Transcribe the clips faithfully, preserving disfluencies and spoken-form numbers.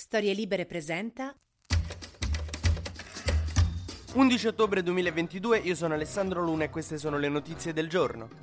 Storie Libere presenta undici ottobre duemilaventidue, io sono Alessandro Luna e queste sono le notizie del giorno.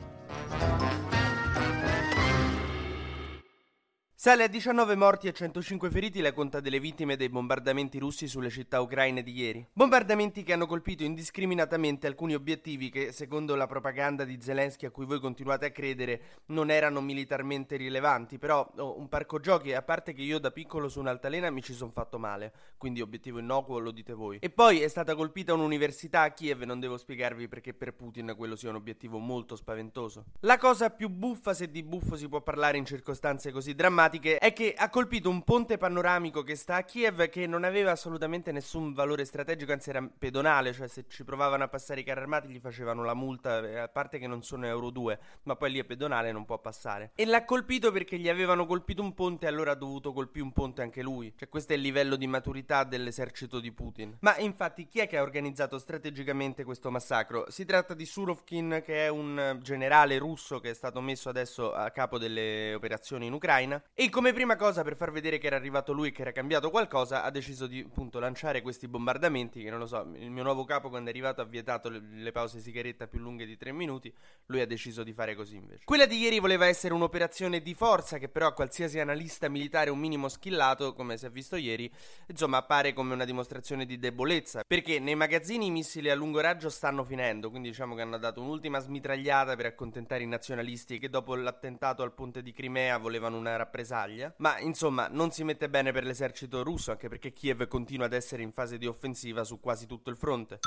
Sale a diciannove morti e centocinque feriti la conta delle vittime dei bombardamenti russi sulle città ucraine di ieri. Bombardamenti che hanno colpito indiscriminatamente alcuni obiettivi che, secondo la propaganda di Zelensky a cui voi continuate a credere, non erano militarmente rilevanti. Però oh, un parco giochi, a parte che io da piccolo su un'altalena mi ci sono fatto male, quindi obiettivo innocuo lo dite voi. E poi è stata colpita un'università a Kiev e non devo spiegarvi perché per Putin quello sia un obiettivo molto spaventoso. La cosa più buffa, se di buffo si può parlare in circostanze così drammatiche, è che ha colpito un ponte panoramico che sta a Kiev che non aveva assolutamente nessun valore strategico, anzi era pedonale, cioè se ci provavano a passare i carri armati gli facevano la multa, a parte che non sono Euro due, ma poi lì è pedonale, non può passare. E l'ha colpito perché gli avevano colpito un ponte e allora ha dovuto colpire un ponte anche lui. Cioè questo è il livello di maturità dell'esercito di Putin. Ma infatti chi è che ha organizzato strategicamente questo massacro? Si tratta di Surovkin, che è un generale russo che è stato messo adesso a capo delle operazioni in Ucraina, e come prima cosa, per far vedere che era arrivato lui e che era cambiato qualcosa, ha deciso di appunto lanciare questi bombardamenti che non lo so, il mio nuovo capo quando è arrivato ha vietato le, le pause sigaretta più lunghe di tre minuti, lui ha deciso di fare così invece. Quella di ieri voleva essere un'operazione di forza che però a qualsiasi analista militare un minimo schillato, come si è visto ieri, insomma appare come una dimostrazione di debolezza, perché nei magazzini i missili a lungo raggio stanno finendo, quindi diciamo che hanno dato un'ultima smitragliata per accontentare i nazionalisti che dopo l'attentato al ponte di Crimea volevano una rappresaglia. Ma insomma non si mette bene per l'esercito russo, anche perché Kiev continua ad essere in fase di offensiva su quasi tutto il fronte.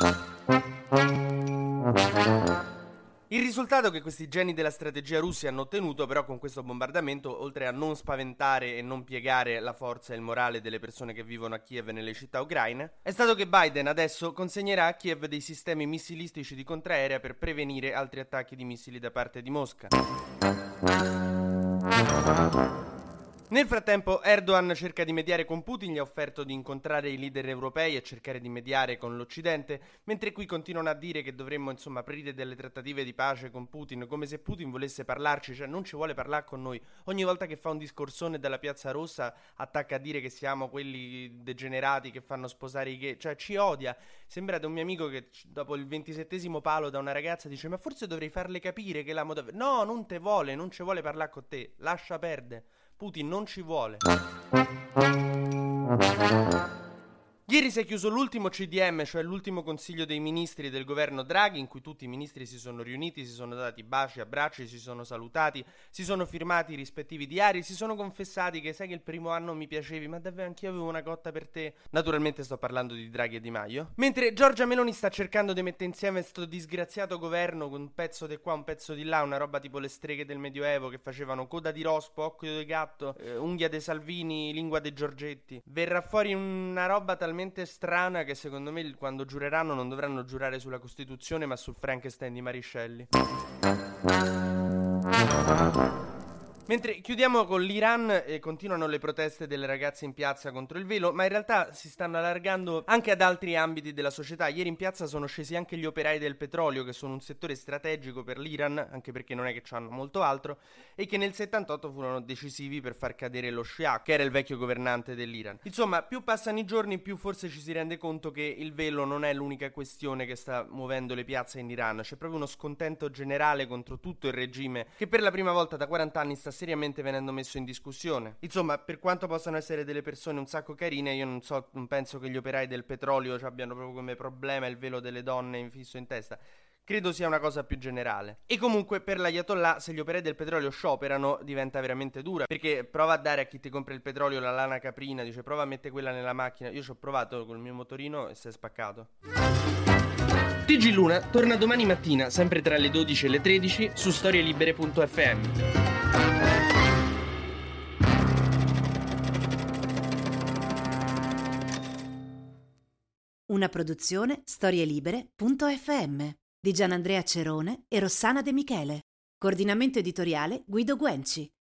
Il risultato che questi geni della strategia russi hanno ottenuto però con questo bombardamento, oltre a non spaventare e non piegare la forza e il morale delle persone che vivono a Kiev e nelle città ucraine, è stato che Biden adesso consegnerà a Kiev dei sistemi missilistici di contraerea per prevenire altri attacchi di missili da parte di Mosca. Nel frattempo Erdogan cerca di mediare con Putin, gli ha offerto di incontrare i leader europei e cercare di mediare con l'Occidente, mentre qui continuano a dire che dovremmo insomma aprire delle trattative di pace con Putin, come se Putin volesse parlarci, cioè non ci vuole parlare con noi. Ogni volta che fa un discorsone dalla Piazza Rossa attacca a dire che siamo quelli degenerati che fanno sposare i gay, cioè ci odia. Sembrate un mio amico che dopo il ventisettesimo palo da una ragazza dice ma forse dovrei farle capire che la moda... No, non te vuole, non ci vuole parlare con te, lascia perdere. Putin non ci vuole. Ieri si è chiuso l'ultimo C D M, cioè l'ultimo consiglio dei ministri del governo Draghi, in cui tutti i ministri si sono riuniti, si sono dati baci, abbracci, si sono salutati, si sono firmati i rispettivi diari, si sono confessati che sai che il primo anno mi piacevi, ma davvero anch'io avevo una cotta per te. Naturalmente sto parlando di Draghi e Di Maio. Mentre Giorgia Meloni sta cercando di mettere insieme sto disgraziato governo con un pezzo di qua, un pezzo di là, una roba tipo le streghe del Medioevo che facevano coda di rospo, occhio di gatto, eh, unghia dei Salvini, lingua dei Giorgetti. Verrà fuori una roba talmente strana che secondo me quando giureranno non dovranno giurare sulla Costituzione ma sul Frankenstein di Mariscelli. Mentre chiudiamo con l'Iran e continuano le proteste delle ragazze in piazza contro il velo, ma in realtà si stanno allargando anche ad altri ambiti della società. Ieri in piazza sono scesi anche gli operai del petrolio, che sono un settore strategico per l'Iran, anche perché non è che c'hanno molto altro, e che nel settantotto furono decisivi per far cadere lo Shia, che era il vecchio governante dell'Iran. Insomma, più passano i giorni, più forse ci si rende conto che il velo non è l'unica questione che sta muovendo le piazze in Iran. C'è proprio uno scontento generale contro tutto il regime, che per la prima volta da quaranta anni sta seriamente venendo messo in discussione. Insomma, per quanto possano essere delle persone un sacco carine, io non so, non penso che gli operai del petrolio abbiano proprio come problema il velo delle donne infisso in testa. Credo sia una cosa più generale. E comunque per l'Ayatollah, se gli operai del petrolio scioperano, diventa veramente dura, perché prova a dare a chi ti compra il petrolio la lana caprina, dice prova a mettere quella nella macchina. Io ci ho provato col mio motorino e si è spaccato. T G Luna torna domani mattina, sempre tra le dodici e le tredici, su storielibere punto effe emme. Una produzione storielibere punto effe emme di Gianandrea Cerone e Rossana De Michele. Coordinamento editoriale Guido Guenci.